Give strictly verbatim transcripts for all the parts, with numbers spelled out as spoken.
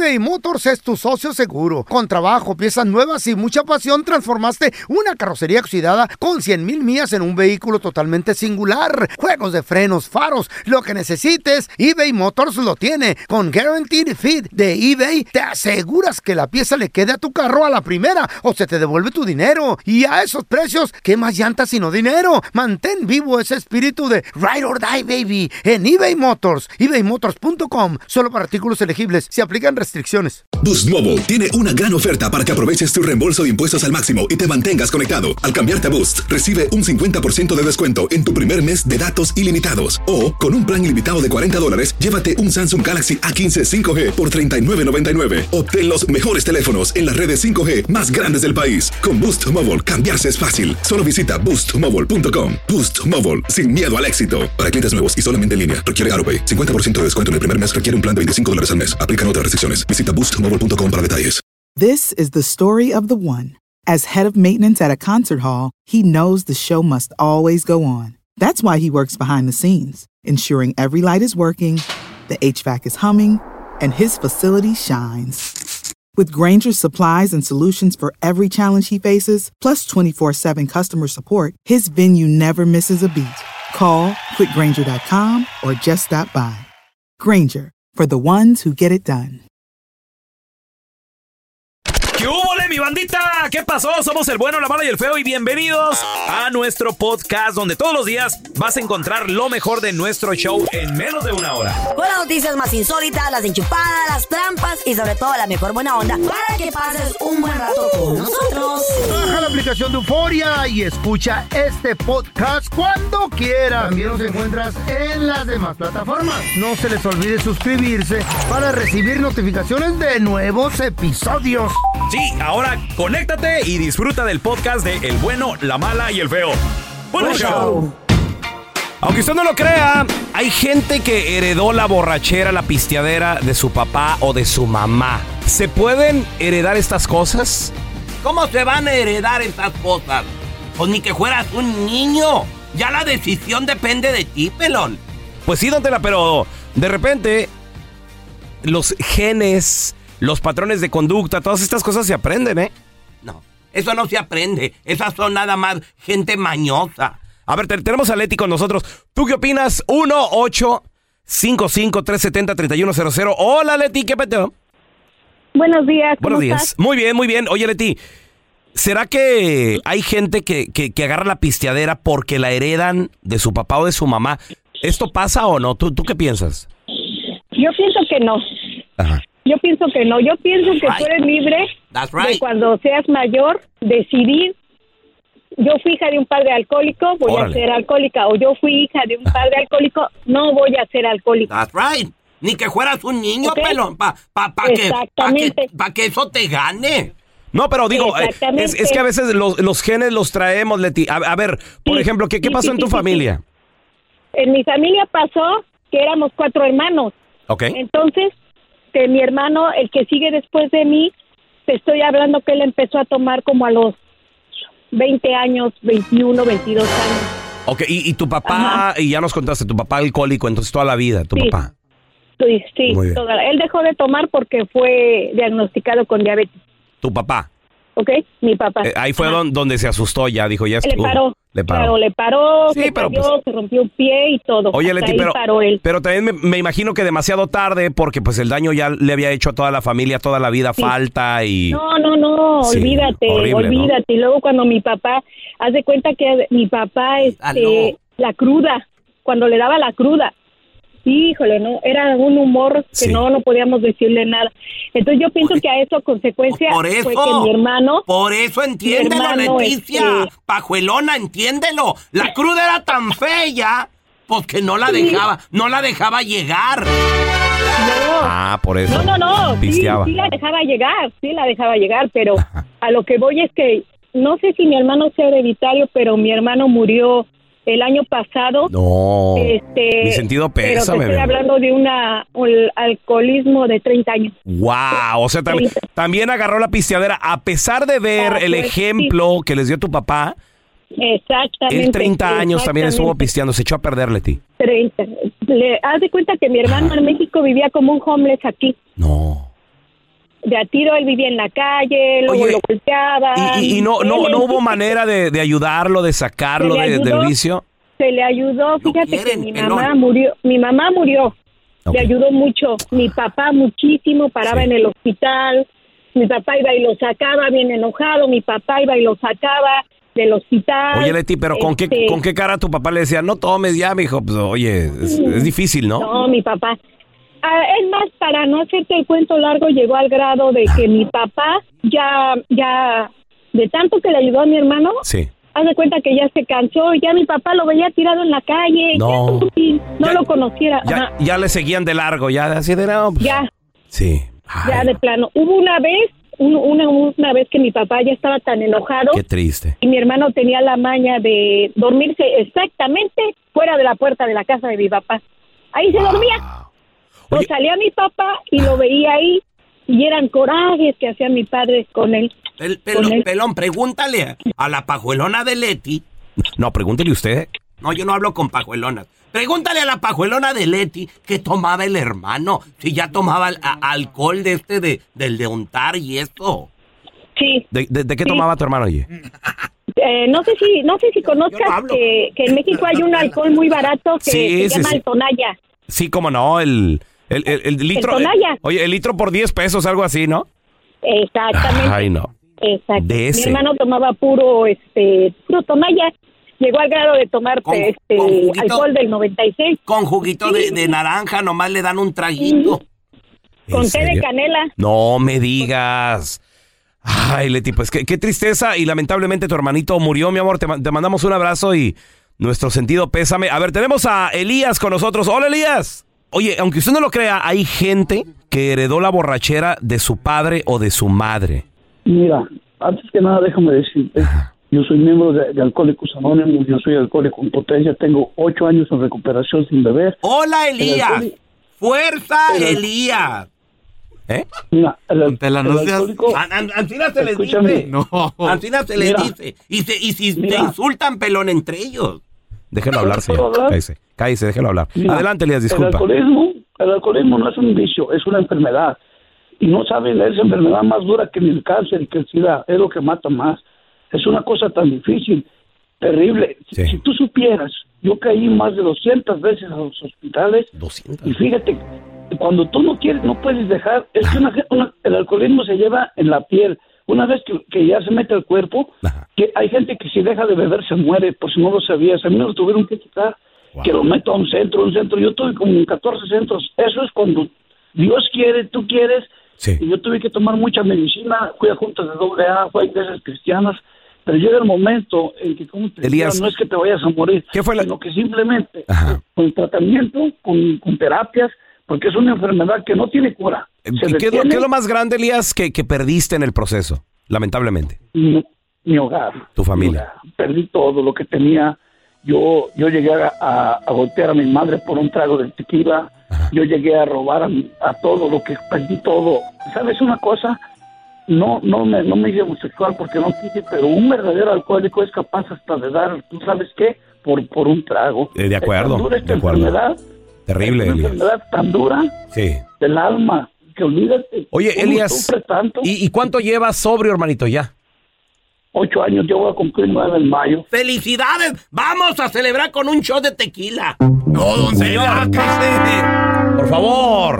eBay Motors es tu socio seguro. Con trabajo, piezas nuevas y mucha pasión, transformaste una carrocería oxidada con cien mil millas en un vehículo totalmente singular. Juegos de frenos, faros, lo que necesites, eBay Motors lo tiene. Con Guaranteed Fit de eBay, te aseguras que la pieza le quede a tu carro a la primera o se te devuelve tu dinero. Y a esos precios, ¿qué más llantas sino dinero? Mantén vivo ese espíritu de Ride or Die, baby, en eBay Motors. ebay motors punto com. Solo para artículos elegibles. Se aplican restricciones. Boost Mobile tiene una gran oferta para que aproveches tu reembolso de impuestos al máximo y te mantengas conectado. Al cambiarte a Boost, recibe un cincuenta por ciento de descuento en tu primer mes de datos ilimitados. O, con un plan ilimitado de cuarenta dólares, llévate un Samsung Galaxy A quince cinco G por treinta y nueve noventa y nueve. Obtén los mejores teléfonos en las redes cinco G más grandes del país. Con Boost Mobile, cambiarse es fácil. Solo visita boost mobile punto com. Boost Mobile, sin miedo al éxito. Para clientes nuevos y solamente en línea, requiere AutoPay. cincuenta por ciento de descuento en el primer mes requiere un plan de veinticinco dólares al mes. Aplican otras restricciones. Visita boost mobile punto com para detalles. This is the story of the one. As head of maintenance at a concert hall, he knows the show must always go on. That's why he works behind the scenes, ensuring every light is working, the H V A C is humming, and his facility shines. With Grainger's supplies and solutions for every challenge he faces, plus twenty-four seven customer support, his venue never misses a beat. Call quick grainger dot com or just stop by. Grainger, for the ones who get it done. ¿Qué hubo, mi bandita? ¿Qué pasó? Somos el bueno, la mala y el feo y bienvenidos a nuestro podcast donde todos los días vas a encontrar lo mejor de nuestro show en menos de una hora. Con las noticias más insólitas, las enchupadas, las trampas y sobre todo la mejor buena onda para que pases un buen rato con nosotros. Baja la aplicación de Euforia y escucha este podcast cuando quieras. También nos encuentras en las demás plataformas. No se les olvide suscribirse para recibir notificaciones de nuevos episodios. Sí, ahora conéctate y disfruta del podcast de El Bueno, la Mala y el Feo. ¡Buen show! Aunque usted no lo crea, hay gente que heredó la borrachera, la pisteadera de su papá o de su mamá. ¿Se pueden heredar estas cosas? ¿Cómo se van a heredar estas cosas? Pues ni que fueras un niño. Ya la decisión depende de ti, pelón. Pues sí, don Tela, pero de repente los genes, los patrones de conducta, todas estas cosas se aprenden, ¿eh? No, eso no se aprende. Esas son nada más gente mañosa. A ver, te, tenemos a Leti con nosotros. ¿Tú qué opinas? uno ocho cinco cinco tres siete cero tres uno cero cero. Hola, Leti, ¿qué peteo? Buenos días, ¿cómo Buenos días. estás? Muy bien, muy bien. Oye, Leti, ¿será que hay gente que, que, que agarra la pisteadera porque la heredan de su papá o de su mamá? ¿Esto pasa o no? ¿Tú, tú qué piensas? Yo pienso que no. Ajá. Yo pienso que no. Yo pienso que Right. tú eres libre That's right. de cuando seas mayor decidir. Yo fui hija de un padre alcohólico, voy Órale. a ser alcohólica. O yo fui hija de un padre alcohólico, no voy a ser alcohólica. That's right. Ni que fueras un niño, Ok. pelón, pa, pa, pa que, pa, que, Exactamente. pa que eso te gane. No, pero digo, eh, Exactamente. es, es que a veces los, los genes los traemos, Leti. A, a ver, por Sí, ejemplo, ¿qué, qué sí, pasó sí, en tu sí, sí, familia? En mi familia pasó que éramos cuatro hermanos. Ok. Entonces, que mi hermano, el que sigue después de mí, te estoy hablando que él empezó a tomar como a los veinte años, veintiuno, veintidós años. Ok, y, y tu papá, y ya nos contaste, tu papá alcohólico, entonces toda la vida, tu Sí. papá. Sí, sí, Muy bien. toda- él dejó de tomar porque fue diagnosticado con diabetes, Tu papá. ¿ok? Mi papá. Eh, ahí fue Ajá. don- donde se asustó ya, dijo, ya Le estuvo. paró. Le paró. Claro, le paró, Sí, se pero cayó, pues- se rompió un pie y todo. Oye, Hasta Leti, ahí pero, paró él. pero también me, me imagino que demasiado tarde, porque pues el daño ya le había hecho a toda la familia, toda la vida, Sí. falta y... No, no, no, Sí, olvídate, horrible, ¿no? olvídate. Y luego cuando mi papá, haz de cuenta que mi papá, este, Aló. la cruda, cuando le daba la cruda, híjole, no, era un humor que Sí. no, no podíamos decirle nada. Entonces yo pienso Por- que a eso consecuencia Por eso. fue que mi hermano, Por eso entiéndelo, hermano, Leticia. este- Pajuelona, entiéndelo. La cruda era tan fea, pues que no la Sí. dejaba, no la dejaba llegar. no, Ah, por eso. no, no, no, sí, Pisteaba. sí la dejaba llegar, sí la dejaba llegar, pero a lo que voy es que no sé si mi hermano sea hereditario, pero mi hermano murió el año pasado. No. Este, Mi sentido pero te pésame, estoy bebé. hablando de una un alcoholismo de treinta años. Wow, o sea, tam- treinta. también agarró la pisteadera, a pesar de ver Ah, el pues, ejemplo que les dio tu papá, Exactamente. él treinta años también estuvo exactamente. pisteando, se echó a perder, Leti. treinta. Le haz de cuenta que mi hermano en México vivía como un homeless aquí. No. de a tiro, él vivía en la calle, luego Oye, lo golpeaba. ¿Y, y, y no, no, no hubo manera de, de ayudarlo, de sacarlo de, ayudó, del vicio? Se le ayudó, fíjate quieren, que mi pelón. mamá murió, mi mamá murió, Okay. le ayudó mucho, mi papá muchísimo, paraba Sí. en el hospital, mi papá iba y lo sacaba bien enojado, mi papá iba y lo sacaba del hospital. Oye, Leti, pero ¿con, este, qué, ¿con qué cara tu papá le decía, no tomes ya, mijo? Pues, oye, es, es difícil, ¿no? No, mi papá. Ah, es más, para no hacerte el cuento largo, llegó al grado de que mi papá ya, ya, de tanto que le ayudó a mi hermano, Sí. haz de cuenta que ya se cansó, ya mi papá lo veía tirado en la calle, No. ya como si no Ya- lo conociera. Ya, Ajá, ya le seguían de largo, ya así de no, pues, ya, Sí. ya Ay, de plano. Hubo una vez, un- una, una vez que mi papá ya estaba tan enojado qué triste. y mi hermano tenía la maña de dormirse exactamente fuera de la puerta de la casa de mi papá. Ahí se dormía. Oye. Pues salía mi papá y lo veía ahí y eran corajes que hacía mi padre con él. Pel- Con pelón, él. pelón, pregúntale a, a la pajuelona de Leti. No, pregúntele usted. No, yo no hablo con pajuelonas. Pregúntale a la pajuelona de Leti qué tomaba el hermano. Si ya tomaba al- a- alcohol de este, de, del de untar y eso. Sí. ¿De, de- de qué Sí. tomaba tu hermano, oye? Eh, no sé si no sé si Yo no conozcas hablo. que, que en México hay un alcohol muy barato que Sí, se sí, llama sí. el Tonaya. Sí, cómo no, el, el, el, el litro. Tonaya. Oye, el litro por diez pesos, algo así, ¿no? Exactamente. Ay, no. Exacto. De Mi ese. hermano tomaba puro este puro Tonaya. Llegó al grado de tomar Con- este con juguito. alcohol del noventa y seis Con juguito de, de naranja, nomás le dan un traguito. ¿En con té de serio? canela. No me digas. Ay, Leti, pues qué, qué tristeza y lamentablemente tu hermanito murió, mi amor. Te, ma- te mandamos un abrazo y nuestro sentido pésame. A ver, tenemos a Elías con nosotros. Hola, Elías. Oye, aunque usted no lo crea, hay gente que heredó la borrachera de su padre o de su madre. Mira, antes que nada déjame decirte, yo soy miembro de, de Alcohólicos Anónimos, yo soy alcohólico en potencia, tengo ocho años en recuperación sin beber. Hola, Elías. alcohol- Fuerza, el- Elías. ¿Eh? Mira, el, al- Tela, el no seas- alcohólico, An- an- Ancina se les Escúchame. dice. No. Ancina se les Mira. dice. Y, se, y si Mira. te insultan, pelón, entre ellos. Déjelo hablar, ¿Puedo señor. hablar? Cállese, cállese, déjelo hablar. mira, Adelante, Elías, El disculpa. alcoholismo, el alcoholismo no es un vicio, es una enfermedad. Y no saben, es enfermedad más dura que el cáncer y que el SIDA, es lo que mata más. Es una cosa tan difícil, terrible. Si- Sí. Si tú supieras, yo caí más de doscientas veces a los hospitales. doscientas. Y fíjate, cuando tú no quieres, no puedes dejar. Es que una, una- el alcoholismo se lleva en la piel. Una vez que, que ya se mete al cuerpo, Ajá. que hay gente que si deja de beber se muere, por si no lo sabías. A mí me lo tuvieron que quitar, Wow. que lo meto a un centro, un centro. Yo tuve como catorce centros. Eso es cuando Dios quiere, tú quieres. Sí. Y yo tuve que tomar mucha medicina, fui a juntas de doble A, fui a iglesias cristianas. Pero llega el momento en que, como te Elías, decía, no es que te vayas a morir, ¿qué fue la- sino que simplemente Ajá. con el tratamiento, con, con terapias, porque es una enfermedad que no tiene cura. Se ¿Qué, es lo- detiene qué es lo más grande, Elías, que, que perdiste en el proceso? Lamentablemente. mi, mi hogar. Tu familia. Mi hogar. Perdí todo lo que tenía. Yo yo llegué a, a, a golpear a mi madre por un trago de tequila. Ajá. Yo llegué a robar a, mi- a todo lo que perdí todo. ¿Sabes una cosa? No no me no me hice homosexual porque no quise, pero un verdadero alcohólico es capaz hasta de dar, ¿tú sabes qué? Por por un trago. Eh, de acuerdo, Es tan dura esta de acuerdo. enfermedad. Terrible, es una Elías. enfermedad tan dura Sí. del alma que olvídate. Oye, uno Elías, sufre tanto. ¿y, ¿y cuánto llevas sobrio, hermanito, ya? Ocho años, yo voy a cumplir nueve en mayo. ¡Felicidades! ¡Vamos a celebrar con un shot de tequila! No, don Tela, cállese. Por favor.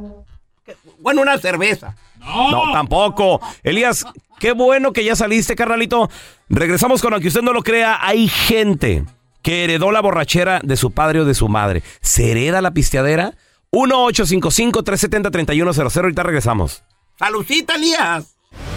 Bueno, una cerveza. No, tampoco. Elías, qué bueno que ya saliste, carnalito. Regresamos con, aunque usted no lo crea, hay gente que heredó la borrachera de su padre o de su madre. ¿Se hereda la pisteadera? uno ocho cinco cinco, tres siete cero, tres uno cero cero. Ahorita regresamos. ¡Salucita, Elías!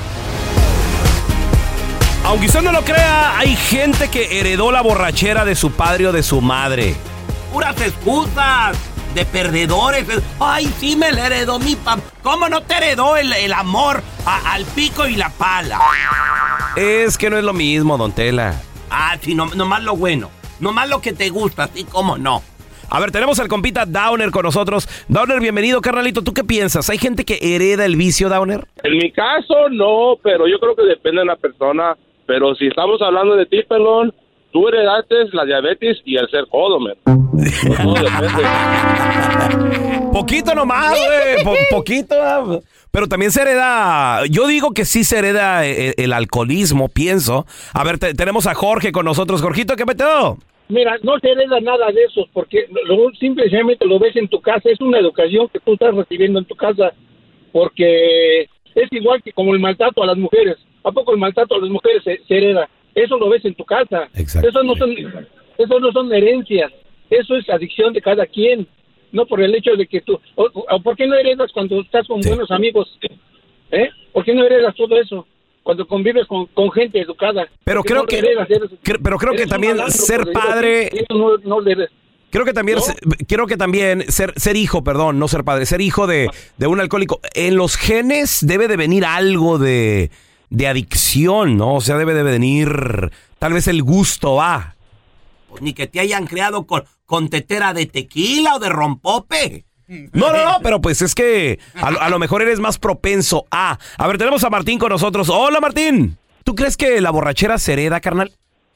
Aunque usted no lo crea, hay gente que heredó la borrachera de su padre o de su madre. Puras excusas de perdedores. ¡Ay, sí me la heredó mi papá! ¿Cómo no te heredó el, el amor a- al pico y la pala? Es que no es lo mismo, don Tela. Ah, sí, no, nomás lo bueno. Nomás lo que te gusta, así como no. A ver, tenemos al compita Downer con nosotros. Downer, bienvenido, carnalito. ¿Tú qué piensas? ¿Hay gente que hereda el vicio, Downer? En mi caso, no, pero yo creo que depende de la persona. Pero si estamos hablando de ti, pelón, tú heredaste la diabetes y el ser codo, man. Pues todo depende. Poquito nomás, güey. Po- poquito. ah. pero también se hereda, yo digo que sí se hereda el, el alcoholismo, pienso. A ver, te, tenemos a Jorge con nosotros. Jorgito, ¿qué metió? Mira, no se hereda nada de eso, porque lo, simplemente lo ves en tu casa, es una educación que tú estás recibiendo en tu casa, porque es igual que como el maltrato a las mujeres. ¿A poco el maltrato a las mujeres se, se hereda? Eso lo ves en tu casa. Eso no son, eso no son herencias, eso es adicción de cada quien. No por el hecho de que tú... O, o, ¿por qué no heredas cuando estás con sí. buenos amigos? ¿Eh? ¿Por qué no heredas todo eso? Cuando convives con, con gente educada. Pero creo no que... Heredas, eres, cre, pero creo que también malandro, ser padre... Eso no, no le creo que también... ¿No? Se, creo que también ser, ser hijo, perdón, no ser padre. Ser hijo de, de un alcohólico. En los genes debe de venir algo de, de adicción, ¿no? O sea, debe de venir... Tal vez el gusto a... Pues ni que te hayan creado con... ¿Con tetera de tequila o de rompope? No, no, no, pero pues es que a, a lo mejor eres más propenso a... A ver, tenemos a Martín con nosotros. Hola, Martín. ¿Tú crees que la borrachera se hereda, carnal?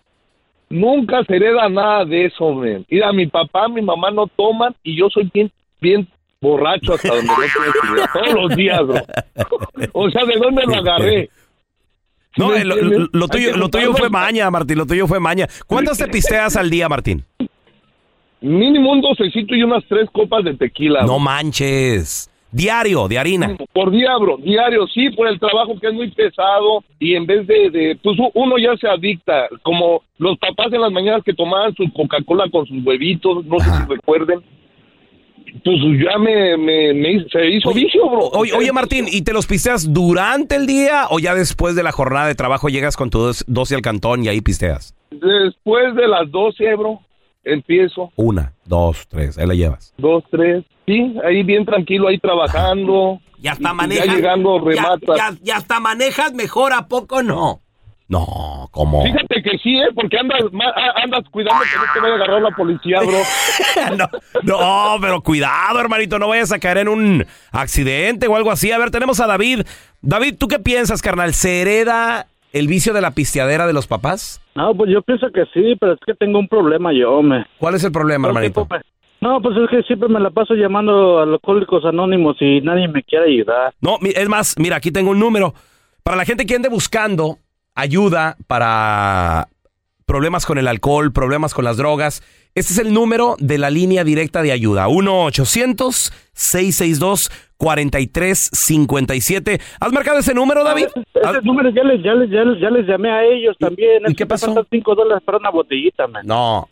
Nunca se hereda nada de eso, man. Mira, mi papá, mi mamá no toman y yo soy bien, bien borracho hasta donde yo estoy. Todos los días, bro. O sea, ¿de dónde lo agarré? No, lo, lo, lo tuyo, lo tuyo fue maña, Martín, lo tuyo fue maña. ¿Cuántas te pisteas al día, Martín? Mínimo un docecito y unas tres copas de tequila. No bro. manches. Diario, de harina. Por día, bro. Diario, sí, por el trabajo que es muy pesado. Y en vez de, de... Pues uno ya se adicta. Como los papás en las mañanas que tomaban su Coca-Cola con sus huevitos. No sé si recuerden. Pues ya me, me, me se hizo oye, vicio, bro. Oye, oye, Martín, ¿y te los pisteas durante el día o ya después de la jornada de trabajo llegas con tu doce al cantón y ahí pisteas? Después de las doce, bro. Empiezo. Una, dos, tres, ahí la llevas. Dos, tres, sí, ahí bien tranquilo, ahí trabajando. Ya hasta manejas. Ya llegando, rematas. Ya, ya, ya hasta manejas mejor, ¿a poco no? No, ¿cómo? Fíjate que sí, ¿eh? Porque andas, andas cuidando que no te vaya a agarrar la policía, bro. no, no, pero cuidado, hermanito, no vayas a caer en un accidente o algo así. A ver, tenemos a David. David, ¿tú qué piensas, carnal? ¿Se hereda el vicio de la pisteadera de los papás? No, pues yo pienso que sí, pero es que tengo un problema yo, me. ¿Cuál es el problema, no, hermanito? Me... No, pues es que siempre me la paso llamando a Alcohólicos Anónimos y nadie me quiere ayudar. No, es más, mira, aquí tengo un número. Para la gente que ande buscando ayuda para problemas con el alcohol, problemas con las drogas, este es el número de la línea directa de ayuda. uno ochocientos, seiscientos sesenta y dos, cuarenta y tres cincuenta y siete. ¿Has marcado ese número, David? Ese número ya les, ya les, ya les, ya les llamé a ellos también. ¿Y qué pasó? cinco dólares para una botellita, man. No.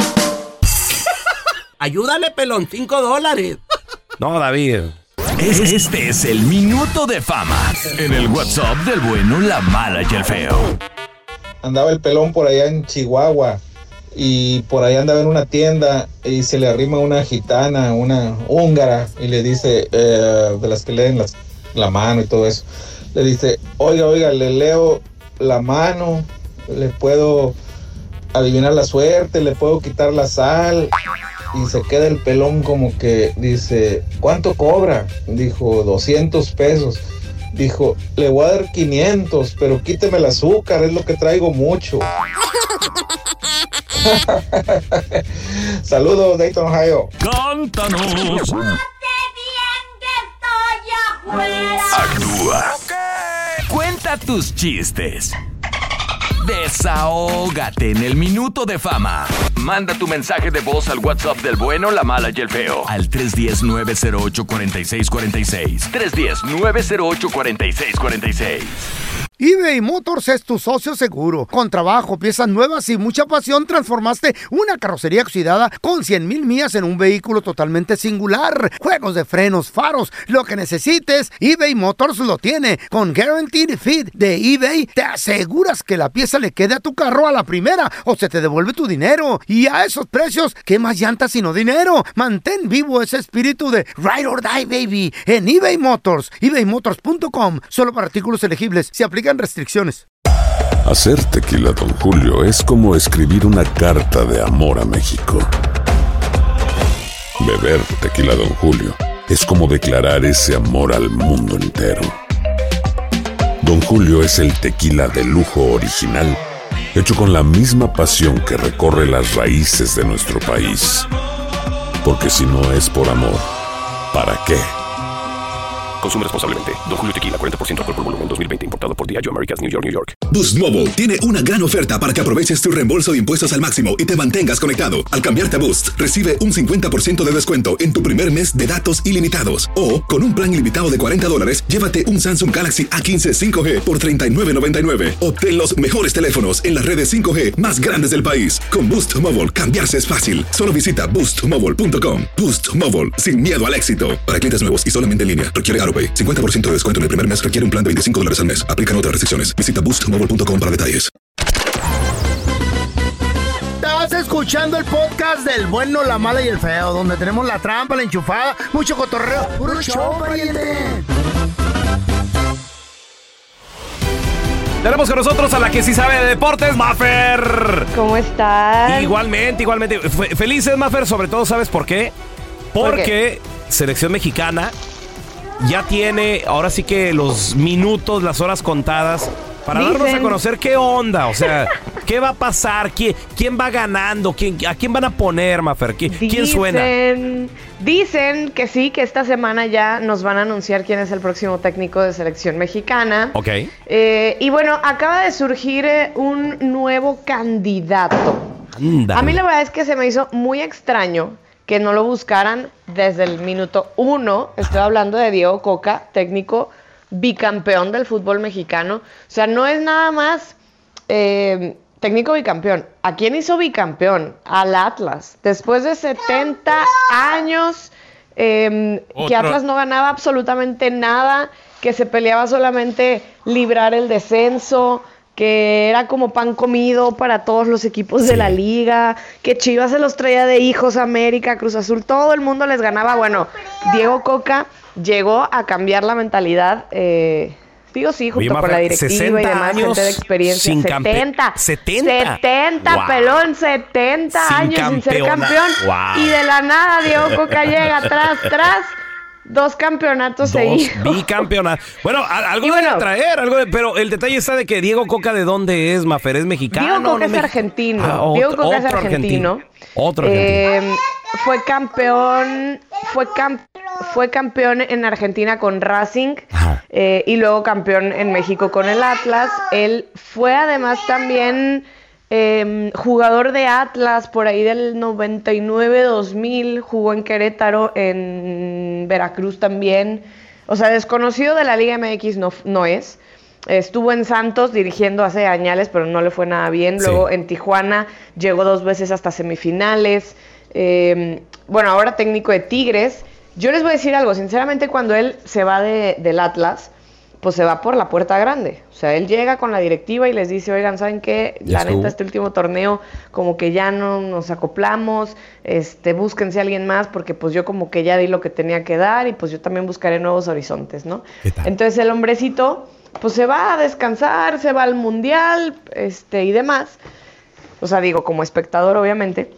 Ayúdale, pelón, cinco dólares. No, David. Este es el Minuto de Fama en el WhatsApp del bueno, la mala y el feo. Andaba el pelón por allá en Chihuahua y por allá andaba en una tienda y se le arrima una gitana, una húngara, y le dice, eh, de las que leen las, la mano y todo eso, le dice, oiga, oiga, le leo la mano, le puedo adivinar la suerte, le puedo quitar la sal. Y se queda el pelón como que dice, ¿cuánto cobra? Dijo, doscientos pesos. Dijo, le voy a dar quinientos, pero quíteme el azúcar, es lo que traigo mucho. Saludos, Dayton, Ohio. Cántanos. Actúa. Cuenta tus chistes. Desahógate en el Minuto de Fama. Manda tu mensaje de voz al WhatsApp del bueno, la mala y el feo. Al tres uno cero, nueve cero ocho, cuatro seis cuatro seis. tres uno cero, nueve cero ocho, cuatro seis cuatro seis. eBay Motors es tu socio seguro. Con trabajo, piezas nuevas y mucha pasión, transformaste una carrocería oxidada con cien mil millas en un vehículo totalmente singular. Juegos de frenos, faros, lo que necesites, eBay Motors lo tiene. Con Guaranteed Fit de eBay, te aseguras que la pieza le quede a tu carro a la primera o se te devuelve tu dinero. Y a esos precios, ¿qué más llantas sino dinero? Mantén vivo ese espíritu de Ride or Die, baby, en eBay Motors. ebay motors punto com. Solo para artículos elegibles. Se aplican restricciones. Hacer tequila Don Julio es como escribir una carta de amor a México. Beber tequila Don Julio es como declarar ese amor al mundo entero. Don Julio es el tequila de lujo original, hecho con la misma pasión que recorre las raíces de nuestro país. Porque si no es por amor, ¿para qué? Consume responsablemente. Don Julio Tequila, cuarenta por ciento alcohol por volumen, dos mil veinte. Importado por Diageo Americas, New York, New York. Boost Mobile tiene una gran oferta para que aproveches tu reembolso de impuestos al máximo y te mantengas conectado. Al cambiarte a Boost, recibe un cincuenta por ciento de descuento en tu primer mes de datos ilimitados. O, con un plan ilimitado de cuarenta dólares, llévate un Samsung Galaxy A quince cinco G por treinta y nueve noventa y nueve. Obtén los mejores teléfonos en las redes cinco G más grandes del país. Con Boost Mobile, cambiarse es fácil. Solo visita boost mobile punto com. Boost Mobile, sin miedo al éxito. Para clientes nuevos y solamente en línea, requiere AutoPay. cincuenta por ciento de descuento en el primer mes requiere un plan de veinticinco dólares al mes. Aplican otras restricciones. Visita boost mobile punto com para detalles. Estás escuchando el podcast del bueno, la mala y el feo, donde tenemos la trampa, la enchufada, mucho cotorreo. ¡Puro show, pariente! Tenemos con nosotros a la que sí sabe de deportes, Mafer. ¿Cómo estás? Igualmente, igualmente. F- felices, Mafer, sobre todo, ¿sabes por qué? Porque ¿Por qué? Selección mexicana ya tiene, ahora sí que los minutos, las horas contadas para Dicen. darnos a conocer qué onda, o sea, qué va a pasar, quién, quién va ganando, quién, a quién van a poner, Mafer, quién, quién suena. Dicen que sí, que esta semana ya nos van a anunciar quién es el próximo técnico de selección mexicana. Ok. Eh, y bueno, acaba de surgir eh, un nuevo candidato. Ándale. A mí la verdad es que se me hizo muy extraño que no lo buscaran desde el minuto uno. Estoy hablando de Diego Coca, técnico bicampeón del fútbol mexicano. O sea, no es nada más eh, técnico bicampeón. ¿A quién hizo bicampeón? Al Atlas. Después de setenta años eh, que Atlas no ganaba absolutamente nada, que se peleaba solamente librar el descenso, que era como pan comido para todos los equipos sí. de la liga, que Chivas se los traía de hijos, América, Cruz Azul, todo el mundo les ganaba. Bueno, Diego Coca llegó a cambiar la mentalidad, eh, digo sí, junto Oye, con la directiva y demás, gente de experiencia. Sin setenta, setenta. setenta, wow. Pelón, setenta sin años campeona. Sin ser campeón. Wow. Y de la nada Diego Coca llega atrás, tras. Dos campeonatos Dos seguidos. bicampeonatos. Bueno, algo y bueno, debe traer, algo de, pero el detalle está de que Diego Coca, ¿de dónde es, Mafer? ¿Es mexicano? Diego Coca ¿no? es argentino. Ah, otro, Diego Coca es otro argentino. argentino. Otro argentino. Eh, fue campeón, fue, cam, fue campeón en Argentina con Racing eh, y luego campeón en México con el Atlas. Él fue además también Eh, jugador de Atlas por ahí del noventa y nueve dos mil, jugó en Querétaro, en Veracruz también. O sea, desconocido de la Liga M X no, no es. Estuvo en Santos dirigiendo hace años, pero no le fue nada bien. Luego sí. En Tijuana llegó dos veces hasta semifinales. Eh, bueno, ahora técnico de Tigres. Yo les voy a decir algo, sinceramente, cuando él se va de, del Atlas, pues se va por la puerta grande. O sea, él llega con la directiva y les dice, oigan, ¿saben qué? La neta, este último torneo como que ya no nos acoplamos, este, búsquense a alguien más, porque pues yo como que ya di lo que tenía que dar y pues yo también buscaré nuevos horizontes, ¿no? Entonces el hombrecito pues se va a descansar, se va al mundial, este, y demás. O sea, digo, como espectador, obviamente.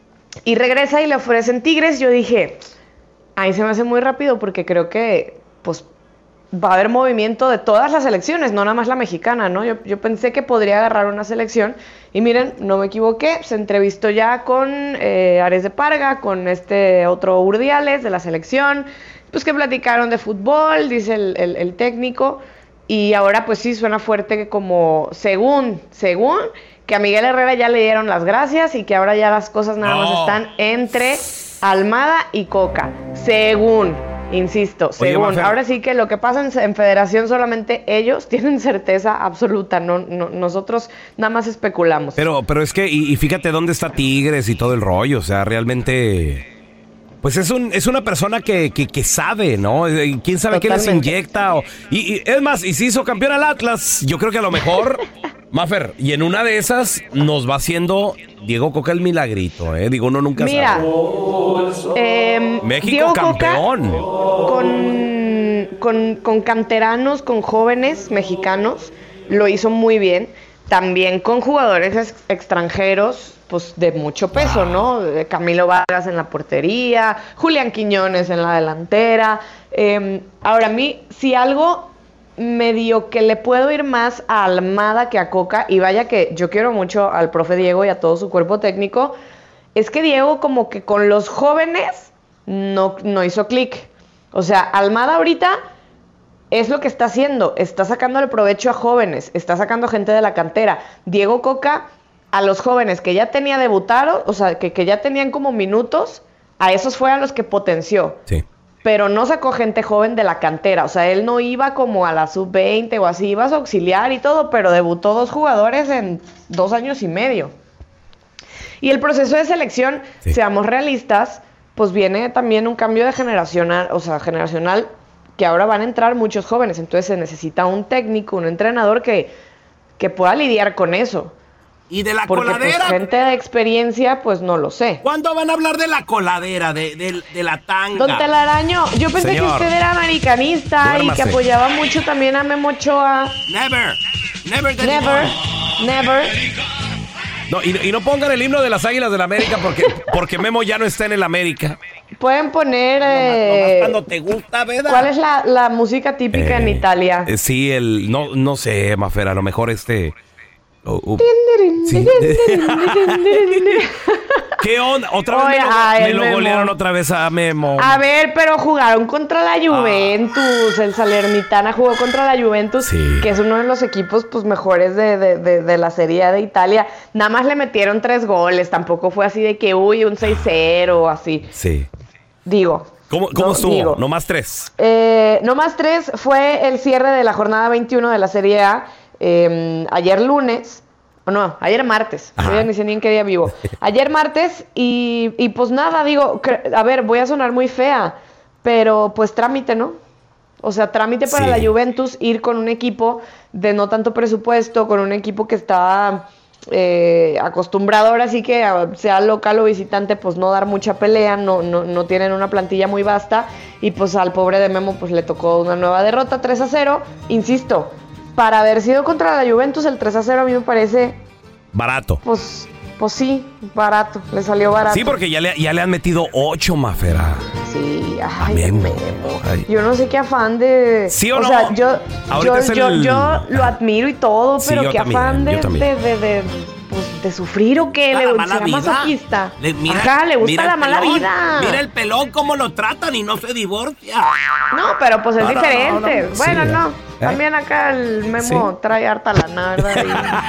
Y regresa y le ofrecen Tigres. Yo dije, ahí se me hace muy rápido porque creo que, pues, va a haber movimiento de todas las selecciones, no nada más la mexicana, ¿no? Yo, yo pensé que podría agarrar una selección y miren, no me equivoqué, se entrevistó ya con eh, Ares de Parga, con este otro Urdiales de la selección, pues que platicaron de fútbol, dice el, el, el técnico, y ahora pues sí suena fuerte que como, según, según, que a Miguel Herrera ya le dieron las gracias y que ahora ya las cosas nada más oh. están entre Almada y Coca, según... Insisto, Oye, según, Mafer, ahora sí que lo que pasa en, en Federación solamente ellos tienen certeza absoluta, no, no nosotros nada más especulamos. Pero, pero es que, y, y fíjate dónde está Tigres y todo el rollo, o sea, realmente, pues es un es una persona que, que, que sabe, ¿no? ¿Quién sabe Totalmente. qué les inyecta? O, y, y es más, y si hizo campeón al Atlas, yo creo que a lo mejor, Mafer, y en una de esas nos va haciendo Diego Coca el milagrito, ¿eh? Digo, uno nunca Mira, sabe. Eh, México Diego campeón. Coca con, con, con canteranos, con jóvenes mexicanos, lo hizo muy bien. También con jugadores ex- extranjeros, pues de mucho peso, ¿no? Camilo Vargas en la portería, Julián Quiñones en la delantera. Eh, ahora, a mí, si algo medio que le puedo ir más a Almada que a Coca, y vaya que yo quiero mucho al profe Diego y a todo su cuerpo técnico, es que Diego como que con los jóvenes no, no hizo clic. O sea, Almada ahorita es lo que está haciendo, está sacándole provecho a jóvenes, está sacando gente de la cantera. Diego Coca, a los jóvenes que ya tenía debutado, o sea, que, que ya tenían como minutos, a esos fue a los que potenció. Sí. Pero no sacó gente joven de la cantera, o sea, él no iba como a la sub veinte o así, iba a auxiliar y todo, pero debutó dos jugadores en dos años y medio. Y el proceso de selección, sí. seamos realistas, pues viene también un cambio de generacional, o sea, generacional, que ahora van a entrar muchos jóvenes, entonces se necesita un técnico, un entrenador que, que pueda lidiar con eso. ¿Y de la Porque, coladera? Pues, gente de experiencia, pues no lo sé. ¿Cuándo van a hablar de la coladera, de, de, de la tanga? Don Telaraño, yo pensé Señor, que usted era americanista duérmase. y que apoyaba mucho también a Memo Ochoa. Never, never, Never, never. No, y, y no pongan el himno de las Águilas del la América porque, porque Memo ya no está en el América. Pueden poner... Eh, nomás cuando te gusta, ¿verdad? ¿Cuál es la, la música típica Eh, en Italia? Eh, sí, el... No, no sé, Mafer, a lo mejor este... oh, oh, sí. ¿Qué onda? Otra vez Oye, me lo, ay, me el lo Memo. golearon otra vez a Memo. A ver, pero jugaron contra la Juventus. El Salernitana jugó contra la Juventus, Sí. que es uno de los equipos pues mejores de, de, de, de la Serie A de Italia. Nada más le metieron tres goles. Tampoco fue así de que, uy, un seis cero o así. Sí. Digo. ¿Cómo, cómo No, estuvo? digo. No más tres. Eh, no más tres fue el cierre de la jornada veintiuno de la Serie A. eh, ayer lunes. O no, ayer martes. Yo ya ni sé ni en qué día vivo. Ayer martes y, y pues nada, digo, cre- a ver, voy a sonar muy fea, pero pues trámite, ¿no? O sea, trámite para Sí. la Juventus ir con un equipo de no tanto presupuesto, con un equipo que está eh, acostumbrado ahora sí que a- sea local o visitante, pues no dar mucha pelea, no, no, no tienen una plantilla muy vasta y pues al pobre de Memo pues le tocó una nueva derrota, tres a cero, insisto. Para haber sido contra la Juventus, el tres a cero a mí me parece, Barato. pues, pues sí, barato, le salió barato. Sí, porque ya le, ya le han metido ocho, Mafera. Sí, A ay, Memo. Memo. Ay. Yo no sé qué afán de... ¿Sí o o no? sea, yo, Ahorita yo, es el- yo, yo lo admiro y todo, Sí, pero yo qué también, afán yo de, también. de, de, de, pues, de sufrir o qué, La le mala será vida. masoquista. Le- mira- Ajá, le gusta mira la el mala pelón, vida. Mira el pelón cómo lo tratan y no se divorcia. No, pero pues es No, no, diferente. no, no. Bueno, Sí. no. ¿Eh? También acá el Memo Sí. trae harta lana, ¿verdad?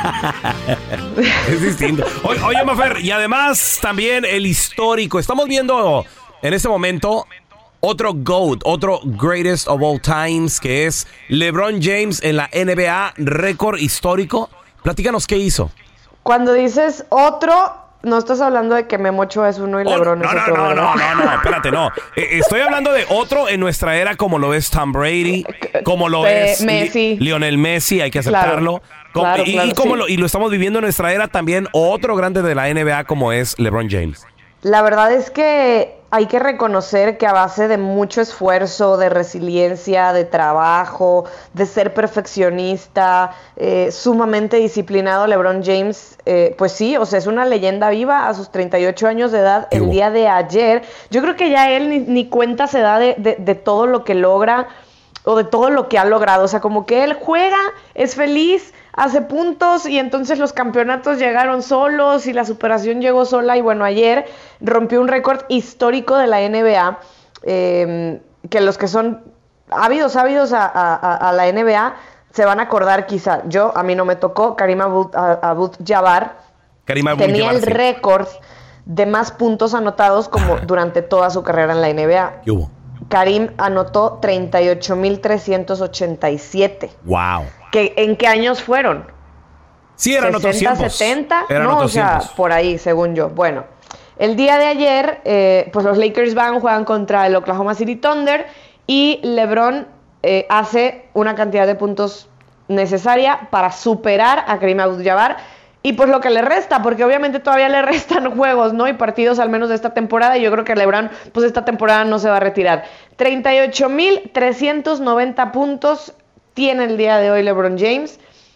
Es distinto. Oye, oye, Mafer, y además también el histórico. Estamos viendo en este momento otro GOAT, otro Greatest of All Times, que es LeBron James en la N B A, récord histórico. Platícanos qué hizo. Cuando dices otro, no estás hablando de que Memo Ochoa es uno y LeBron Oh, No, es no, otro, no, ¿verdad? no, no, no, espérate, no. Eh, Estoy hablando de otro en nuestra era como lo es Tom Brady, como lo Eh, es Li- Messi. Lionel Messi, hay que Claro, aceptarlo. Como- claro, y, claro, y como sí. lo, y lo estamos viviendo en nuestra era también otro grande de la N B A como es LeBron James. La verdad es que hay que reconocer que a base de mucho esfuerzo, de resiliencia, de trabajo, de ser perfeccionista, eh, sumamente disciplinado, LeBron James, eh, pues sí, o sea, es una leyenda viva a sus treinta y ocho años de edad el día de ayer. Yo creo que ya él ni, ni cuenta se da de, de, de todo lo que logra o de todo lo que ha logrado. O sea, como que él juega, es feliz, hace puntos y entonces los campeonatos llegaron solos y la superación llegó sola. Y bueno, ayer rompió un récord histórico de la N B A, eh, que los que son ávidos, ávidos a, a, a la N B A se van a acordar quizá. Yo, a mí no me tocó, Karim Abdul- Abdul-Jabbar Karim tenía Abdul-Jabbar, el sí. récord de más puntos anotados como durante toda su carrera en la N B A. ¿Qué hubo? Karim anotó treinta y ocho mil trescientos ochenta y siete. Wow. ¿Que, ¿En qué años fueron? Sí, eran otros sesenta, tiempos. setenta, Eran no, otros o sea, tiempos. por ahí, según yo. Bueno, el día de ayer, eh, pues los Lakers van, juegan contra el Oklahoma City Thunder y LeBron eh, hace una cantidad de puntos necesaria para superar a Karim Abdul-Jabbar y pues lo que le resta, porque obviamente todavía le restan juegos, ¿no? Y partidos al menos de esta temporada y yo creo que LeBron, pues esta temporada no se va a retirar. treinta y ocho mil trescientos noventa puntos tiene el día de hoy LeBron James.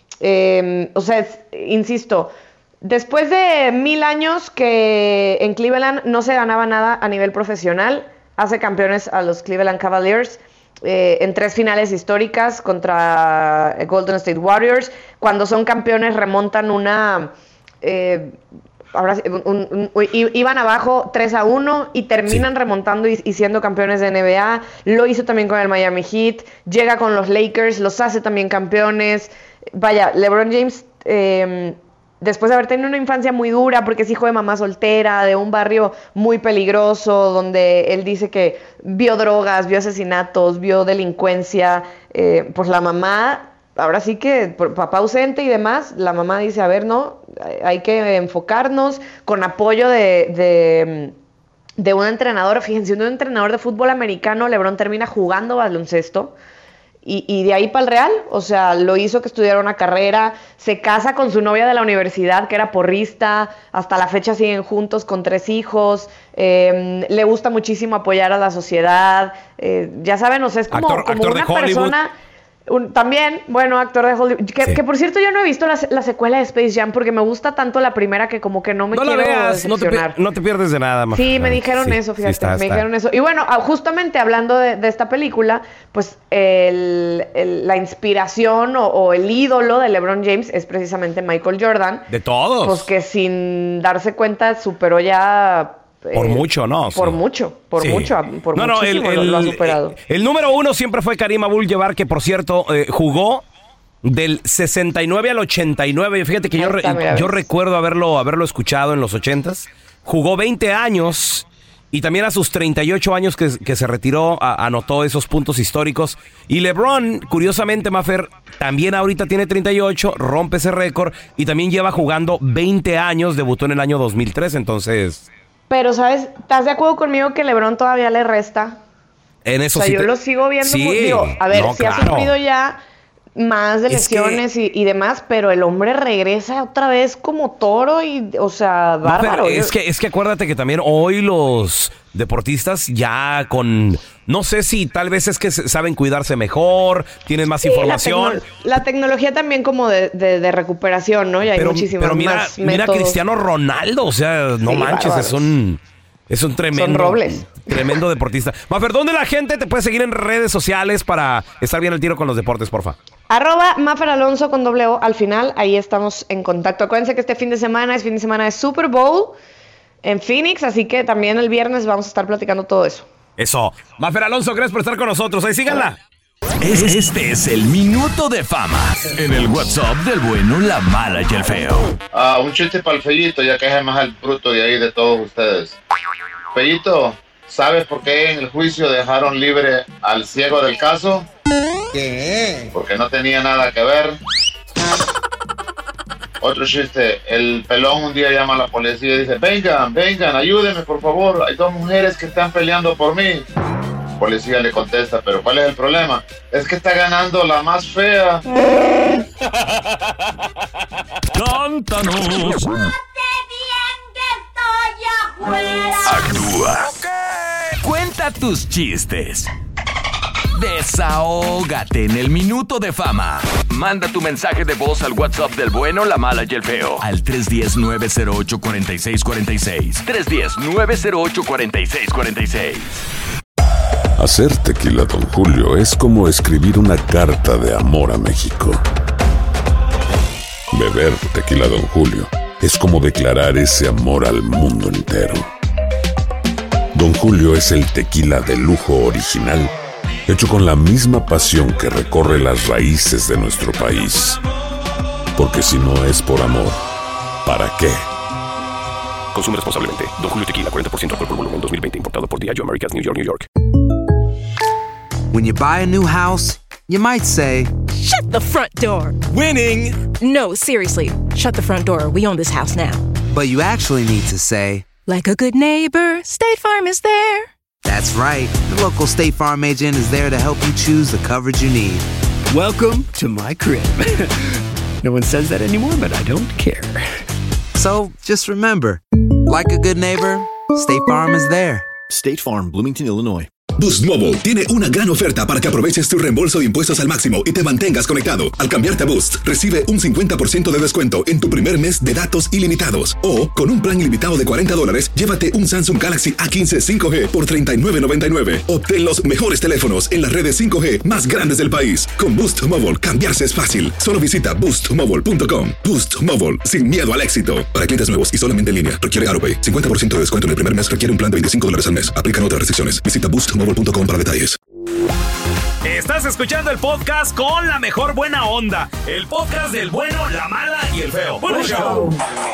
Eh, o sea, es- insisto, después de mil años que en Cleveland no se ganaba nada a nivel profesional, hace campeones a los Cleveland Cavaliers eh, en tres finales históricas contra Golden State Warriors. Cuando son campeones remontan una... eh, ahora un, un, un, iban abajo tres a uno y terminan sí. remontando y, y siendo campeones de N B A. Lo hizo también con el Miami Heat, llega con los Lakers, los hace también campeones. Vaya, LeBron James, eh, después de haber tenido una infancia muy dura, porque es hijo de mamá soltera, de un barrio muy peligroso, donde él dice que vio drogas, vio asesinatos, vio delincuencia, eh, pues la mamá... Ahora sí que papá ausente y demás, la mamá dice, a ver, no, hay que enfocarnos con apoyo de, de, de un entrenador. Fíjense, un entrenador de fútbol americano, LeBron termina jugando baloncesto y, y de ahí para el Real, o sea, lo hizo que estudiara una carrera, se casa con su novia de la universidad, que era porrista, hasta la fecha siguen juntos con tres hijos, eh, le gusta muchísimo apoyar a la sociedad, eh, ya saben, o sea, es como, actor, como actor una de persona... Un, también, bueno, actor de Hollywood. Que, sí. que por cierto, yo no he visto la, la secuela de Space Jam porque me gusta tanto la primera que como que no me no quiero la veas, no te, no te pierdes de nada, más. Sí, me dijeron sí, eso, fíjate, sí está, me está. dijeron eso. Y bueno, justamente hablando de, de esta película, pues el, el, la inspiración o, o el ídolo de LeBron James es precisamente Michael Jordan. De todos. Pues que sin darse cuenta superó ya... Por mucho, ¿no? Por sí. mucho, por sí. mucho, por no, muchísimo no, el, el, lo ha superado. El, el número uno siempre fue Kareem Abdul-Jabbar, que por cierto eh, jugó del sesenta y nueve al ochenta y nueve. Fíjate que yo, re, yo recuerdo haberlo, haberlo escuchado en los ochentas. Jugó veinte años y también a sus treinta y ocho años que, que se retiró a, anotó esos puntos históricos. Y LeBron, curiosamente, Mafer, también ahorita tiene treinta y ocho, rompe ese récord y también lleva jugando veinte años, debutó en el año dos mil tres, entonces... Pero, ¿sabes? ¿Estás de acuerdo conmigo que LeBron todavía le resta? En eso o sea, sí yo te... lo sigo viendo. Sí, muy, digo, a ver, no, si claro. ha sufrido ya más de lesiones que... y, y demás, pero el hombre regresa otra vez como toro y, o sea, bárbaro. No, es que, es que acuérdate que también hoy los deportistas ya con... No sé si tal vez es que saben cuidarse mejor, tienen más sí, información. La, tecno- la tecnología también como de, de, de recuperación, ¿no? Y hay pero, muchísimas pero mira, más mira métodos. Cristiano Ronaldo, o sea, no sí, manches, bárbaros. es un... Es un tremendo... Son robles. Tremendo deportista. Mafer, ¿dónde la gente te puede seguir en redes sociales para estar bien al tiro con los deportes, porfa? Arroba Mafer Alonso con doble O al final. Ahí estamos en contacto. Acuérdense que este fin de semana es fin de semana de Super Bowl en Phoenix, así que también el viernes vamos a estar platicando todo eso. Eso. Mafer Alonso, gracias por estar con nosotros. Ahí síganla. Este es el Minuto de Fama en el WhatsApp del bueno, la mala y el feo. Ah, un chiste para el Fellito, ya que es el más el bruto de ahí de todos ustedes. Fellito, ¿sabes por qué en el juicio dejaron libre al ciego del caso? ¿Qué? Porque no tenía nada que ver. Otro chiste, el pelón un día llama a la policía y dice, vengan, vengan, ayúdenme por favor, hay dos mujeres que están peleando por mí. El policía le contesta, pero ¿cuál es el problema? Es que está ganando la más fea. Cántanos. Actúa. Cuenta tus chistes. Desahógate en el Minuto de Fama. Manda tu mensaje de voz al WhatsApp del bueno, la mala y el feo. Al tres uno cero, nueve cero ocho, cuatro seis cuatro seis. tres uno cero, nueve cero ocho, cuatro seis cuatro seis. Hacer tequila Don Julio es como escribir una carta de amor a México. Beber tequila Don Julio es como declarar ese amor al mundo entero. Don Julio es el tequila de lujo original, hecho con la misma pasión que recorre las raíces de nuestro país. Porque si no es por amor, ¿para qué? Consume responsablemente. Don Julio Tequila, cuarenta por ciento alcohol por volumen, dos mil veinte, importado por Diageo Americas, New York, New York. When you buy a new house, you might say, "Shut the front door." Winning! No, seriously. Shut the front door. We own this house now. But you actually need to say, like a good neighbor, State Farm is there. That's right. The local State Farm agent is there to help you choose the coverage you need. Welcome to my crib. No one says that anymore, but I don't care. So, just remember, like a good neighbor, State Farm is there. State Farm, Bloomington, Illinois. Boost Mobile tiene una gran oferta para que aproveches tu reembolso de impuestos al máximo y te mantengas conectado. Al cambiarte a Boost, recibe un cincuenta por ciento de descuento en tu primer mes de datos ilimitados. O, con un plan ilimitado de cuarenta dólares, llévate un Samsung Galaxy A quince cinco G por treinta y nueve noventa y nueve. Obtén los mejores teléfonos en las redes cinco G más grandes del país. Con Boost Mobile, cambiarse es fácil. Solo visita boost mobile punto com. Boost Mobile, sin miedo al éxito. Para clientes nuevos y solamente en línea, requiere AutoPay. cincuenta por ciento de descuento en el primer mes requiere un plan de veinticinco dólares al mes. Aplican otras restricciones. Visita boost mobile punto com para detalles. Estás escuchando el podcast con la mejor buena onda. El podcast del bueno, la mala y el feo. ¡Buen show!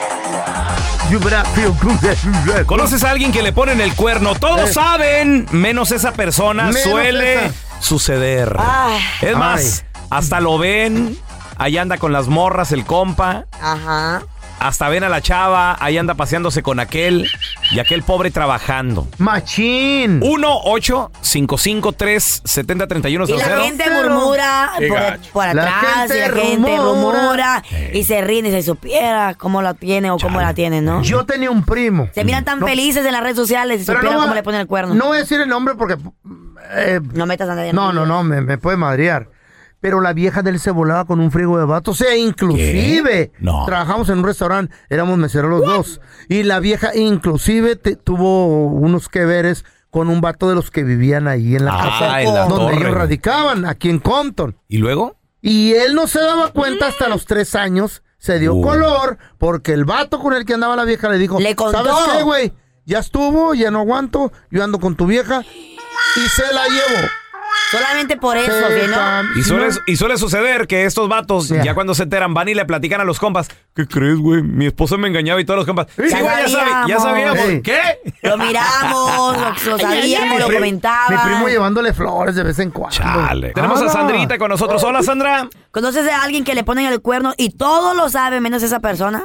¿Conoces a alguien que le ponen el cuerno? Todos eh. saben, menos esa persona. Menos suele esa. suceder. Ay. Es más, Ay. hasta lo ven. Ahí anda con las morras el compa. Ajá. Hasta ven a la chava, ahí anda paseándose con aquel y aquel pobre trabajando. ¡Machín! uno ocho cinco cinco tres siete cero tres uno cero cero. Y la gente murmura por, por atrás, la y la gente rumora eh. y se ríe y se supiera cómo la tiene o Chale. cómo la tiene, ¿no? Yo tenía un primo. Se miran tan no. felices en las redes sociales y supieran no, cómo le ponen el cuerno. No voy a decir el nombre porque... Eh, no metas a nadie. No, no, no, me, me puede madrear. Pero la vieja de él se volaba con un frigo de vatos. O sea, inclusive, no. trabajamos en un restaurante, éramos meseros los What? dos. Y la vieja inclusive te, tuvo unos que veres con un vato de los que vivían ahí en la ah, casa. En la donde torre. ellos radicaban, aquí en Compton. ¿Y luego? Y él no se daba cuenta hasta los tres años. Se dio uh. color porque el vato con el que andaba la vieja le dijo, le contó. ¿Sabes qué, güey? Ya estuvo, ya no aguanto, yo ando con tu vieja. Y se la llevó. Solamente por eso, ¿sí, no? Y suele, y suele suceder que estos vatos, yeah. ya cuando se enteran, van y le platican a los compas. ¿Qué crees, güey? Mi esposa me engañaba y todos los compas. Sí, ya, güey, ya, sabi, ya sabíamos. Hey. ¿Qué? Lo miramos, lo, lo sabíamos, lo comentaba. Mi primo llevándole flores de vez en cuando. Chale. Tenemos ah, a Sandrita con nosotros. Hola, Sandra. ¿Conoces a alguien que le ponen el cuerno y todo lo sabe menos esa persona?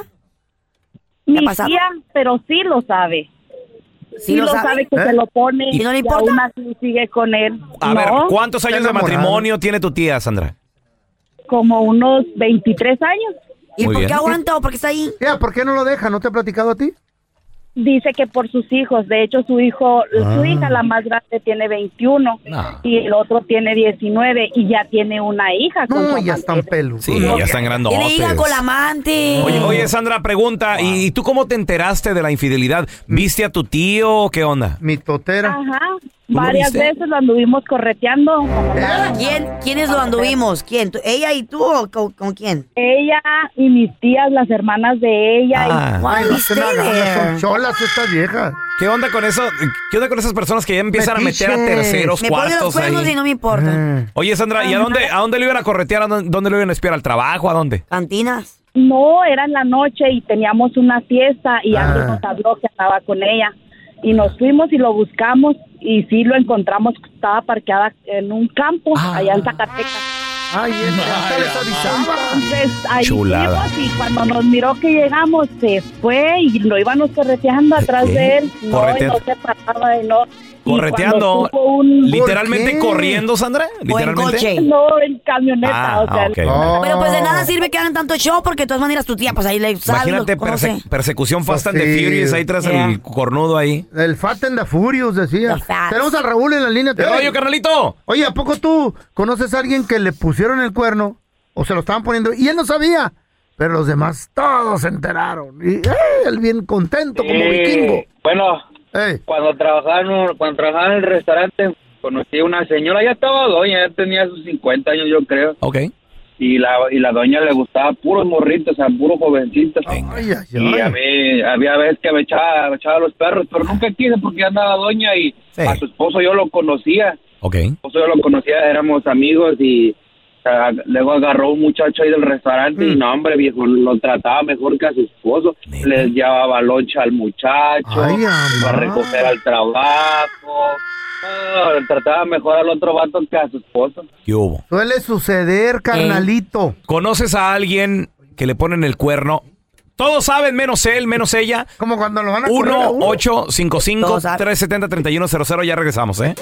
Mi tía, pero sí lo sabe. Sí, sí lo sabe, sabe que ¿Eh? se lo pone y no le importa. Y aún así sigue con él. A no, ver, ¿cuántos años de matrimonio tiene tu tía, Sandra? Como unos veintitrés años. ¿Y Muy por bien. qué aguanta o por qué está ahí? Ya, ¿por qué no lo deja? ¿No te ha platicado a ti? Dice que por sus hijos. De hecho, su hijo, ah. su hija, la más grande, tiene veintiuno no. y el otro tiene diecinueve y ya tiene una hija. No, con ya están pelos. Sí, ya están grandotes. Tiene hija con la amante. Oye, oye, Sandra, pregunta, wow. ¿y tú cómo te enteraste de la infidelidad? ¿Viste a tu tío o qué onda? Mi totera. Ajá. Varias lo veces lo anduvimos correteando. ¿Eh? ¿Quién? ¿Quiénes lo anduvimos? ¿Quién? ¿Ella y tú o con, con quién? Ella y mis tías, las hermanas de ella. Ah. Y... Ay, no se la ganas, son cholas estas viejas. ¿Qué onda con eso? ¿Qué onda con esas personas que ya empiezan Metiche. a meter a terceros, Me cuartos ponen los cuernos ahí? y no me importa. Mm. Oye, Sandra, ¿y a dónde, a dónde lo iban a corretear? ¿A dónde, dónde lo iban a espiar? ¿Al trabajo? ¿A dónde? ¿Cantinas? No, era en la noche y teníamos una fiesta y Ah. alguien nos habló que andaba con ella. Y nos fuimos y lo buscamos y sí lo encontramos, estaba parqueada en un campo Ah. allá en Zacatecas. Ay, esta les avisaba. Entonces ahí Chulada. fuimos y cuando nos miró que llegamos se fue y lo íbamos correteando atrás ¿Qué? de él. No, y Correteando. no se pasaba y no. Y ¿Correteando? cuando tuvo un- ¿Literalmente corriendo, Sandra? ¿O en ¿Literalmente? coche? No, en camioneta, Ah, o sea. ok. Oh. Pero pues de nada sirve que hagan tanto show porque de todas maneras tu tía, pues ahí le sabe. Imagínate lo conoce. perse- persecución Fast Pues and the sí. Furious ahí tras Yeah. el cornudo ahí. El Fat and the Furious, decía. The Fats. Tenemos al Raúl en la línea. ¿Qué rollo, carnalito? Oye, ¿a poco tú conoces a alguien que le pusieron el cuerno o se lo estaban poniendo y él no sabía? Pero los demás todos se enteraron. Y ¡eh! Él bien contento como Eh, vikingo. Bueno, Ey. cuando trabajaba, en un- cuando trabajaba en el restaurante, conocí a una señora, ya estaba doña, ya tenía sus cincuenta años, yo creo. Ok. Y la y la doña le gustaba puros morritos, o sea, puros jovencitos. Ay, ay, Y a ay. mí, había veces que me echaba, me echaba los perros, pero nunca quise porque ya andaba doña y Sí. a su esposo yo lo conocía. Ok. A su esposo yo lo conocía, éramos amigos y o sea, luego agarró un muchacho ahí del restaurante y Mm. no, hombre, viejo, lo trataba mejor que a su esposo. ¿Neta? Les llevaba loncha al muchacho, Ay, iba a amá. recoger al trabajo. No, trataba mejor al otro vato que a su esposo. ¿Qué hubo? Suele suceder, carnalito. ¿Conoces a alguien que le ponen el cuerno? Todos saben, menos él, menos ella. Como cuando lo van a correr a uno uno. ocho cinco cinco Todos saben. tres siete cero tres uno cero cero. Ya regresamos, ¿eh?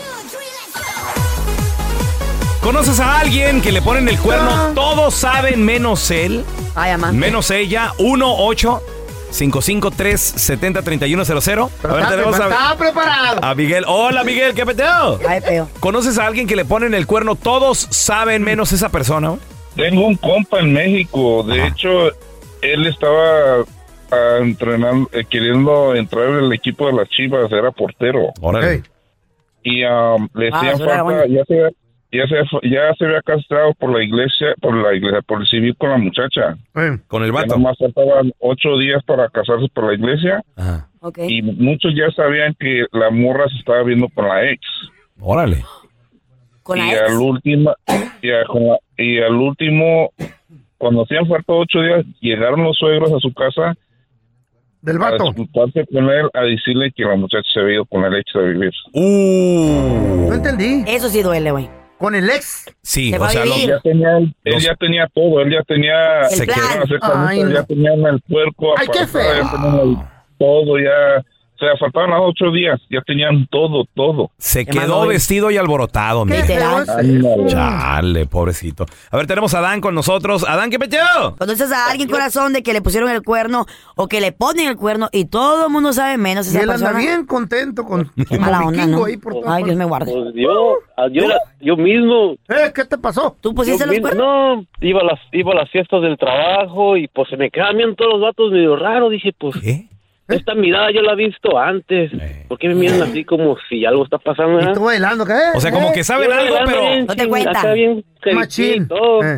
¿Conoces a alguien que le ponen el cuerno? Ah. Todos saben, menos él, Ay, amante. menos ella. uno ocho cinco cinco tres, siete cero, tres uno cero cero. A ver, tenemos a, Está preparado. a Miguel. Hola, Miguel, ¿qué peteo? Ay, peo. ¿Conoces a alguien que le ponen el cuerno? Todos saben menos esa persona. Tengo un compa en México. De Ajá. hecho, él estaba uh, entrenando, eh, queriendo entrar en el equipo de las Chivas. Era portero. Órale. Y um, le hacían ah, falta, ya se, ya, se, ya se había castrado por la iglesia, por la iglesia, por el civil con la muchacha. Eh, con el vato. Nada más faltaban ocho días para casarse por la iglesia. Ajá. Okay. Y muchos ya sabían que la morra se estaba viendo con la ex. Órale. ¿Con y la ex? al último, y, a, con la, y al último, cuando hacían falta ocho días, llegaron los suegros a su casa. Del vato. A disculparse con él, a decirle que la muchacha se había ido con el ex a vivir. Uh. No entendí. Eso sí duele, güey. ¿Con el ex? Sí, se o sea, él ya tenía, él los... ya tenía todo, él ya tenía, el plan. hacer Ay, no. ya tenían el puerco, Ay, qué feo. Ya tenían el, todo, ya, o sea, faltaban los ocho días, ya tenían todo, todo. Se quedó mal, vestido y alborotado, mira. Chale, pobrecito. A ver, tenemos a Adán con nosotros. Adán, ¿qué peteo? ¿Conoces a alguien, corazón, de que le pusieron el cuerno o que le ponen el cuerno y todo el mundo sabe menos esa y él persona? anda bien contento con Qué mala onda, ¿no? Ahí por Ay, Dios me guarde. Pues yo, yo, yo mismo. ¿Eh? ¿Qué te pasó? ¿Tú pusiste los cuernos? No, iba a las, iba a las fiestas del trabajo y pues se me quedan bien todos los vatos medio raros. Dije, pues... ¿Qué? Esta mirada yo la he visto antes. ¿Por qué me miran así como si algo está pasando? ¿eh? ¿Y tú bailando qué? O sea, como que saben algo, pero... Bien, no te cuentan. Acá bien Machín. Todo. Eh.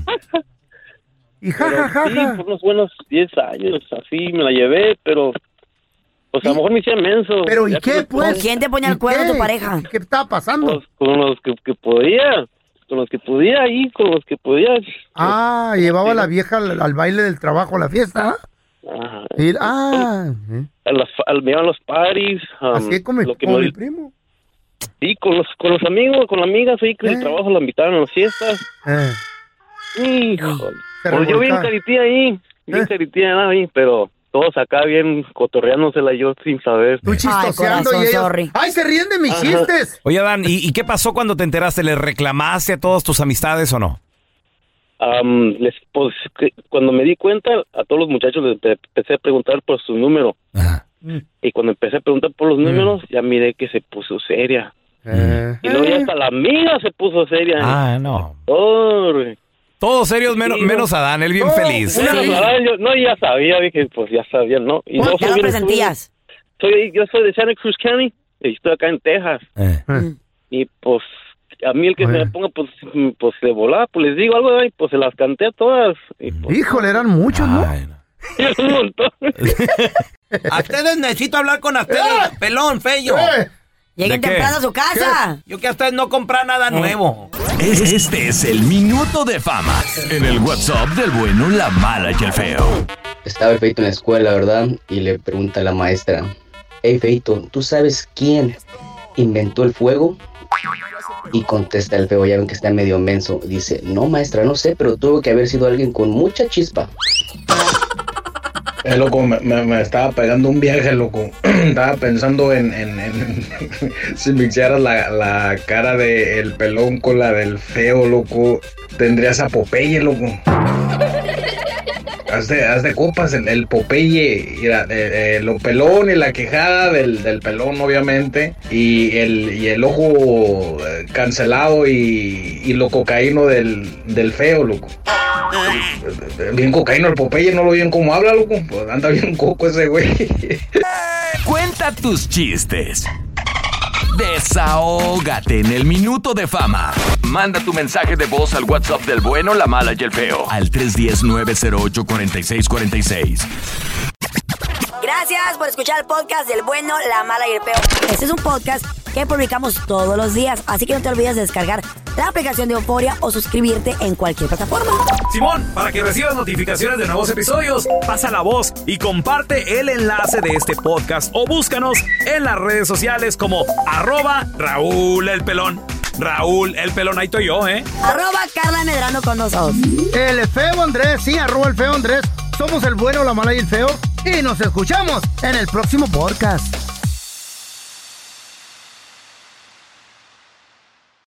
Y jajaja. Ja, sí, ja, ja. por unos buenos diez años, así me la llevé, pero... Pues a lo mejor me hacía menso. ¿Pero y ya qué, que, pues? ¿Con quién te ponía el cuerno qué? tu pareja? ¿Qué estaba pasando? Pues con los que, que podía. Con los que podía ahí, con los que podía. Ah, llevaba a la vieja al, al baile del trabajo, a la fiesta. Ajá. Y, ah, a las, a, me iban los parties. Um, así como, lo que como me, mi primo. Sí, con los, con los amigos, con las amigas ahí que ¿Eh? el trabajo la invitaron a las fiestas. Eh. Híjole. Pues yo bien caritía ahí, bien ¿Eh? caritía ahí, pero todos acá bien cotorreándosela yo sin saber. Tú chistoseando y ellos, ¡ay, se ríen de mis Ajá. chistes! Oye, Adán, ¿y, ¿y qué pasó cuando te enteraste? ¿Le reclamaste a todas tus amistades o no? Um, les, pues, que, cuando me di cuenta, a todos los muchachos les empe- empecé a preguntar por su número. Ajá. Y cuando empecé a preguntar por los números, ya miré que se puso seria. Eh. Y luego ya hasta la amiga se puso seria. Ah, no. Oh, Todos serios, menos, Sí, menos Adán, él bien no, feliz. una pasada, yo, no, ya sabía, dije, pues ya sabía, ¿no? Y luego ¿Ya lo soy- presentías? Soy, yo soy de Santa Cruz County y estoy acá en Texas. Eh. Y pues a mí el que Oye. me ponga, pues, pues de volada, pues les digo algo, y pues se las canté a todas. Y, pues, Híjole, eran muchos, ¿no? Ay, no. un montón. A ustedes necesito hablar con ustedes, pelón, feyo. Eh. Lleguen ¿De qué? temprano a su casa. Yo que a ustedes no comprar nada nuevo. Este es el minuto de fama en el WhatsApp del bueno, la mala y el feo. Estaba el Feito en la escuela, ¿verdad? Y le pregunta a la maestra, hey Feito, ¿tú sabes quién inventó el fuego? Y contesta el feo, ya ven que está medio menso. Dice, no maestra, no sé, pero tuvo que haber sido alguien con mucha chispa. Eh, loco, me, me, me estaba pegando un viaje, loco. Estaba pensando en, en, en si mixearas la, la cara del pelón con la del feo, loco, tendrías a Popeye, loco. Haz de, haz de copas, el, el Popeye, mira, eh, eh, lo pelón y la quejada del, del pelón, obviamente, y el, y el ojo eh, cancelado y, y lo cocaíno del, del feo, loco. Bien cocaíno el Popeye, no lo oyen cómo habla, loco. Pues anda bien coco ese güey. Cuenta tus chistes. Desahógate en el minuto de fama. Manda tu mensaje de voz al WhatsApp del bueno, la mala y el feo. Al tres uno cero, nueve cero ocho, cuatro seis cuatro seis. Gracias por escuchar el podcast del bueno, la mala y el peor. Este es un podcast que publicamos todos los días, así que no te olvides de descargar la aplicación de Euforia o suscribirte en cualquier plataforma. Simón, para que recibas notificaciones de nuevos episodios, pasa la voz y comparte el enlace de este podcast o búscanos en las redes sociales como arroba Raúl el Pelón. Raúl el Pelón, ahí estoy yo, ¿eh? Arroba Carla Medrano con nosotros. El feo Andrés, sí, arroba el feo Andrés. Somos el bueno, la mala y el feo. Y nos escuchamos en el próximo podcast.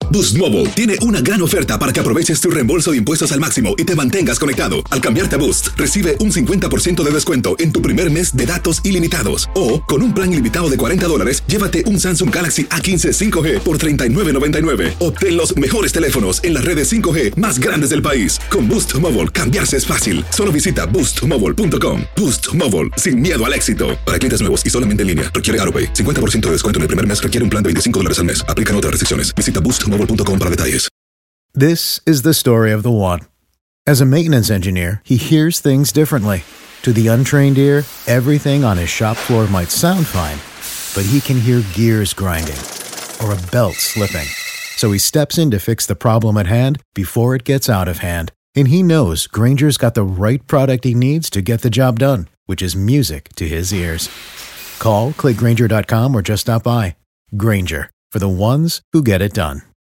Boost Mobile tiene una gran oferta para que aproveches tu reembolso de impuestos al máximo y te mantengas conectado. Al cambiarte a Boost, recibe un cincuenta por ciento de descuento en tu primer mes de datos ilimitados. O, con un plan ilimitado de cuarenta dólares, llévate un Samsung Galaxy A quince cinco G por treinta y nueve noventa y nueve. Obtén los mejores teléfonos en las redes cinco G más grandes del país. Con Boost Mobile, cambiarse es fácil. Solo visita boost mobile punto com. Boost Mobile, sin miedo al éxito. Para clientes nuevos y solamente en línea, requiere AutoPay. cincuenta por ciento de descuento en el primer mes requiere un plan de veinticinco dólares al mes. Aplican otras restricciones. Visita boost mobile punto com para detalles. This is the story of the one. As a maintenance engineer, he hears things differently. To the untrained ear, everything on his shop floor might sound fine, but he can hear gears grinding or a belt slipping. So he steps in to fix the problem at hand before it gets out of hand. And he knows Grainger's got the right product he needs to get the job done, which is music to his ears. Call, click Grainger dot com, or just stop by. Grainger, for the ones who get it done.